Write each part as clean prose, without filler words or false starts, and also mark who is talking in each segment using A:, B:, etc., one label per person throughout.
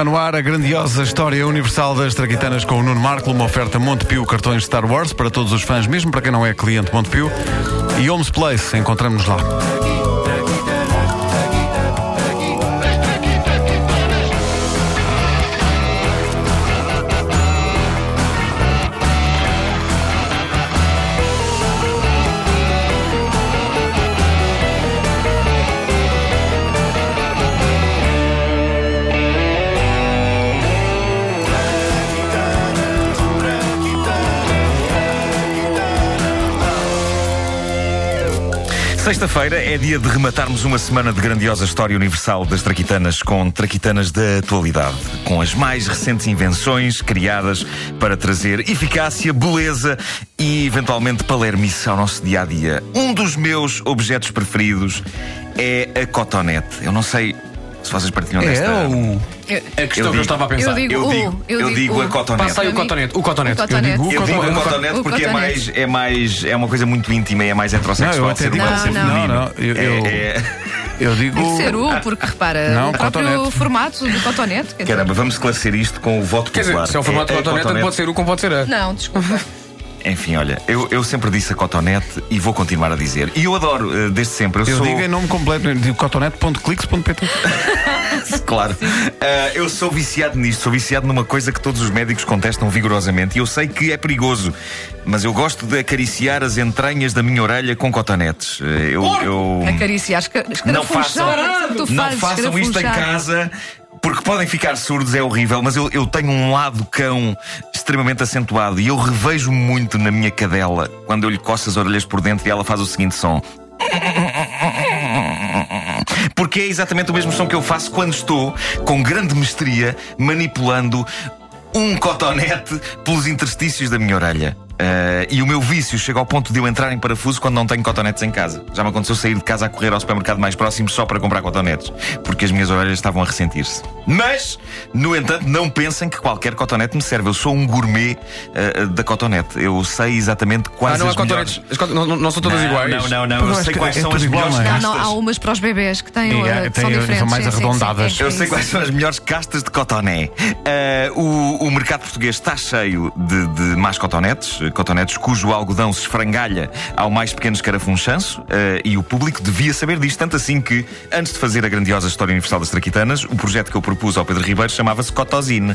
A: Está no ar a grandiosa história universal das traquitanas com o Nuno Marco, uma oferta Montepio, cartões Star Wars para todos os fãs, mesmo para quem não é cliente Montepio, e Homes Place, encontramos-nos lá.
B: Sexta-feira é dia de rematarmos uma semana de grandiosa história universal das traquitanas com traquitanas da atualidade, com as mais recentes invenções criadas para trazer eficácia, beleza e eventualmente palermice ao nosso dia-a-dia. Um dos meus objetos preferidos é a cotonete. Eu não sei se vocês partilham desta...
C: A questão que eu estava a pensar.
B: Eu digo a cotonete.
C: Passa aí o cotonete. O cotonete.
B: Eu digo a cotonete porque é uma coisa muito íntima e é mais heterossexual.
A: Eu digo...
D: Tem que ser porque repara, o próprio formato do cotonete.
B: Caramba, vamos esclarecer isto com o voto popular.
C: Quer dizer, se é o formato do cotonete, pode ser o como pode ser a.
D: Não, desculpa.
B: Enfim, olha, eu sempre disse a cotonete e vou continuar a dizer. E eu adoro, desde sempre.
A: Eu digo em nome completo, digo cotonete.clix.pt.
B: Claro. Eu sou viciado nisto, sou viciado numa coisa que todos os médicos contestam vigorosamente. E eu sei que é perigoso, mas eu gosto de acariciar as entranhas da minha orelha com cotonetes.
D: Acariciar,
B: não façam isto em casa, porque podem ficar surdos, é horrível. Mas eu tenho um lado cão extremamente acentuado e eu revejo muito na minha cadela quando eu lhe coço as orelhas por dentro e ela faz o seguinte som. Porque é exatamente o mesmo som que eu faço quando estou, com grande mestria, manipulando um cotonete pelos interstícios da minha orelha. E o meu vício chega ao ponto de eu entrar em parafuso quando não tenho cotonetes em casa. Já me aconteceu sair de casa a correr ao supermercado mais próximo só para comprar cotonetes, porque as minhas orelhas estavam a ressentir-se. Mas, no entanto, não pensem que qualquer cotonete me serve. Eu sou um gourmet da cotonete. Eu sei exatamente quais as melhores...
C: Não são todas iguais?
B: Não. Eu sei quais são as melhores castas.
D: Não, há umas para os bebés que têm, que são diferentes.
A: São mais arredondadas.
B: Eu sei quais são as melhores castas de cotoné. O mercado português está cheio de más cotonetes cujo algodão se esfrangalha ao mais pequeno escarafunchanço, e o público devia saber disto, tanto assim que, antes de fazer a grandiosa história universal das traquitanas, o projeto que eu propus ao Pedro Ribeiro chamava-se Cotosine.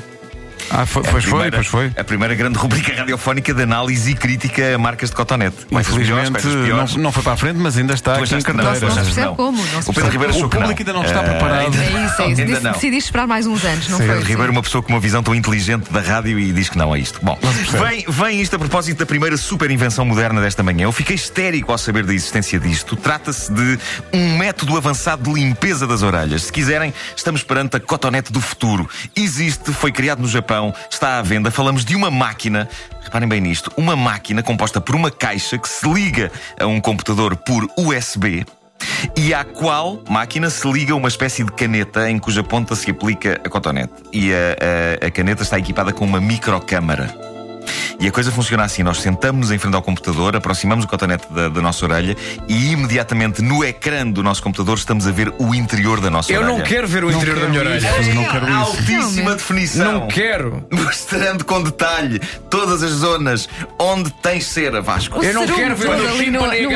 A: Pois foi.
B: A primeira grande rubrica radiofónica de análise e crítica a marcas de cotonete.
A: Infelizmente não foi para a frente, mas ainda está aqui em carteira.
D: Não se percebe como.
B: O Pedro Ribeiro achou que não.
A: O público ainda não está preparado.
D: É isso. Decidiste esperar mais uns anos, não foi?
B: Pedro Ribeiro, uma pessoa com uma visão tão inteligente da rádio, e diz que não é isto. Bom, vem isto a propósito da primeira super invenção moderna desta manhã. Eu fiquei histérico ao saber da existência disto. Trata-se de um método avançado de limpeza das orelhas. Se quiserem, estamos perante a cotonete do futuro. Existe, foi criado no Japão, está à venda. Falamos de uma máquina, reparem bem nisto, uma máquina composta por uma caixa que se liga a um computador por USB e à qual máquina se liga uma espécie de caneta em cuja ponta se aplica a cotonete. E a caneta está equipada com uma microcâmara. E a coisa funciona assim: nós sentamos-nos em frente ao computador, aproximamos o cotonete da nossa orelha e imediatamente no ecrã do nosso computador estamos a ver o interior da nossa orelha.
C: Eu não quero ver o interior da minha orelha.
A: Não quero isso.
B: Altíssima definição.
C: Não quero.
B: Mostrando com detalhe todas as zonas onde tens cera, Vasco.
C: Eu não quero ver o chip HD.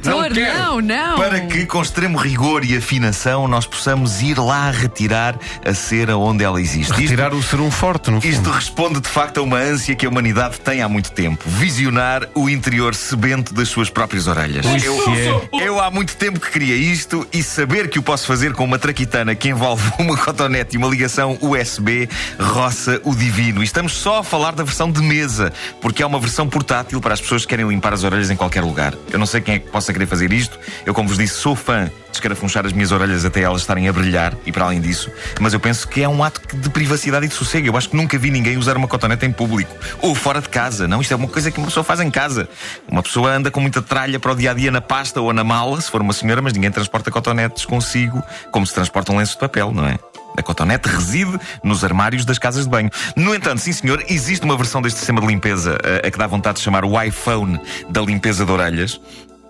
D: Não.
B: Para que, com extremo rigor e afinação, nós possamos ir lá retirar a cera onde ela existe.
A: Retirar o serum forte, no fundo.
B: Isto responde de facto a uma ânsia que a humanidade tem há muito tempo: visionar o interior sebento das suas próprias orelhas. Eu há muito tempo que queria isto, e saber que o posso fazer com uma traquitana que envolve uma cotonete e uma ligação USB roça o divino. E estamos só a falar da versão de mesa, porque é uma versão portátil para as pessoas que querem limpar as orelhas em qualquer lugar. Eu não sei quem é que possa querer fazer isto. Eu, como vos disse, sou fã de escarafunchar as minhas orelhas até elas estarem a brilhar, e para além disso, mas eu penso que é um ato de privacidade e de sossego. Eu acho que nunca vi ninguém usar uma cotonete em público ou fora de casa. Não, isto é uma coisa que uma pessoa faz em casa. Uma pessoa anda com muita tralha para o dia-a-dia na pasta ou na mala, se for uma senhora, mas ninguém transporta cotonetes consigo como se transporta um lenço de papel, não é? A cotonete reside nos armários das casas de banho. No entanto, sim senhor, existe uma versão deste sistema de limpeza a que dá vontade de chamar o iPhone da limpeza de orelhas.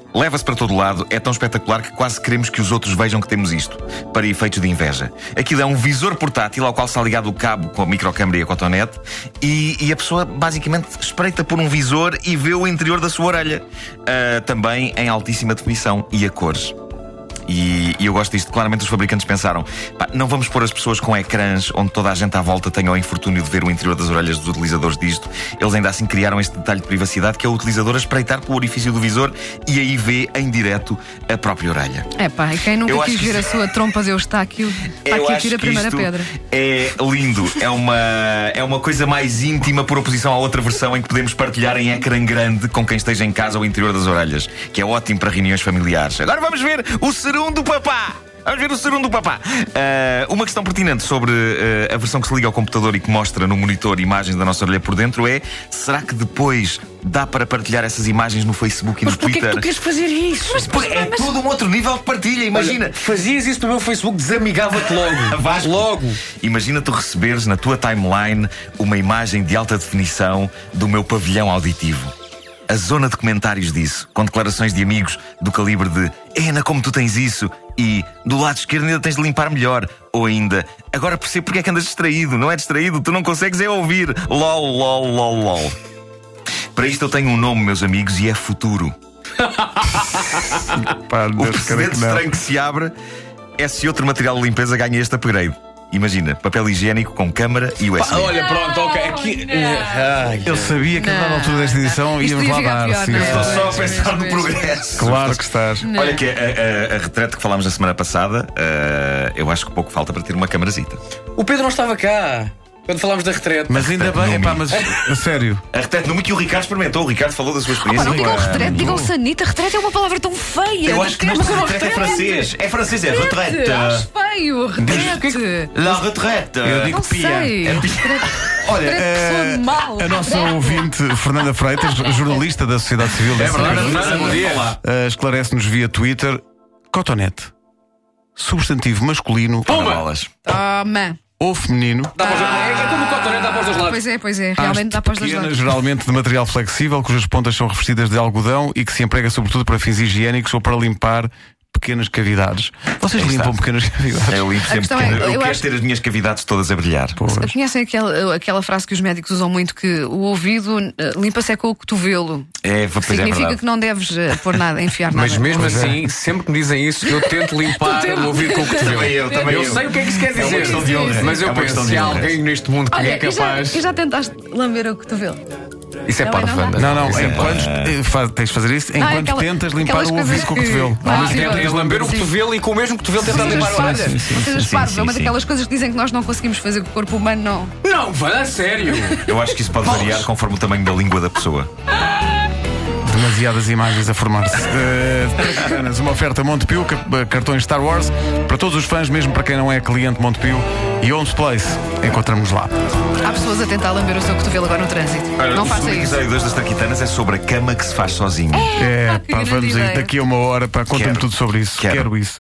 B: Leva-se para todo lado, é tão espetacular que quase queremos que os outros vejam que temos isto, para efeitos de inveja. Aquilo é um visor portátil ao qual está ligado o cabo com a microcâmara e a cotonete e a pessoa basicamente espreita por um visor e vê o interior da sua orelha. Também em altíssima definição e a cores. E eu gosto disto. Claramente os fabricantes pensaram: não vamos pôr as pessoas com ecrãs onde toda a gente à volta tenha o infortúnio de ver o interior das orelhas dos utilizadores disto. Eles ainda assim criaram este detalhe de privacidade, que é o utilizador a espreitar pelo orifício do visor e aí vê em direto a própria orelha.
D: E quem nunca quis ver a sua trompa de Eustáquio, aqui tira a primeira pedra.
B: É lindo. É uma coisa mais íntima por oposição à outra versão em que podemos partilhar em ecrã grande com quem esteja em casa o interior das orelhas, que é ótimo para reuniões familiares. Agora vamos ver o serum do papá! Vamos ver o serum do papá! Uma questão pertinente sobre a versão que se liga ao computador e que mostra no monitor imagens da nossa orelha por dentro é: será que depois dá para partilhar essas imagens no Facebook e no Twitter?
C: Mas porquê que tu queres fazer isso?
B: É todo um outro nível de partilha, imagina.
C: Olha, fazias isso no meu Facebook, desamigava-te logo.
B: Vasco,
C: logo.
B: Imagina tu receberes na tua timeline uma imagem de alta definição do meu pavilhão auditivo. A zona de comentários disso, com declarações de amigos do calibre de Ana, como tu tens isso? E do lado esquerdo ainda tens de limpar melhor. Ou ainda, agora percebo porque é que andas distraído. Não é distraído, tu não consegues é ouvir. Lol, lol, lol, lol. Para isto eu tenho um nome, meus amigos, e é futuro. O precedente estranho que se abre é se outro material de limpeza ganha este upgrade. Imagina, papel higiênico com câmara e USB.
C: Olha, pronto, ok. Aqui...
A: Eu sabia que a dada altura desta edição íamos lá dar.
B: Estou só a pensar no progresso.
A: Claro que estás.
B: Olha que a retrete que falámos na semana passada, eu acho que pouco falta para ter uma camarazita.
C: O Pedro não estava cá quando falámos da retrete.
A: Mas ainda bem, mas a sério.
B: A retrete no que o Ricardo experimentou. O Ricardo falou da sua experiência.
D: Não digam retrete, digam sanita. Retrete é uma palavra tão feia.
B: Eu acho que neste retrete é francês. É francês, é retrete.
D: Acho feio, retrete.
B: La retrete.
A: Eu digo pia. Olha, a nossa ouvinte Fernanda Freitas, jornalista da Sociedade Civil da
C: verdade.
A: esclarece-nos via Twitter: cotonete, substantivo masculino.
D: Toma.
A: Ou feminino.
C: É como o cotonete, dá para os dois lados.
D: Pois é, realmente dá para os dois lados.
A: Geralmente de material flexível, cujas pontas são revestidas de algodão e que se emprega sobretudo para fins higiênicos ou para limpar pequenas cavidades. Vocês limpam pequenas cavidades?
B: Eu limpo sempre eu quero ter as minhas cavidades todas a brilhar.
D: Conhecem aquela frase que os médicos usam muito, que o ouvido limpa-se com o cotovelo? Significa que não deves pôr nada, enfiar nada.
C: Mas mesmo assim, sempre que me dizem isso, eu tento limpar o ouvido com o cotovelo. Eu sei o que é que isso quer dizer, mas eu penso, se há alguém neste mundo que é capaz...
D: E já tentaste lamber o cotovelo?
C: Isso é parvanda.
A: Não, tens de fazer isso enquanto tentas limpar o ouvido com o cotovelo.
C: Mas tentas lamber o cotovelo e com o mesmo cotovelo tentar limpar a orelha.
D: Não sejas parvo, é uma daquelas coisas que dizem que nós não conseguimos fazer com o corpo humano, não.
C: Não, vai a sério.
B: Eu acho que isso pode variar conforme o tamanho da língua da pessoa.
A: Demasiadas imagens a formar-se. Uma oferta Montepio, cartões Star Wars, para todos os fãs, mesmo para quem não é cliente Montepio. E Homes Place, encontramos lá.
D: Há pessoas a tentar lamber o seu cotovelo agora no trânsito. Não faça isso. O
B: episódio 2 das Traquitanas é sobre a cama que se faz sozinho.
A: Vamos aí daqui a uma hora. Conta-me tudo sobre isso. Quero isso.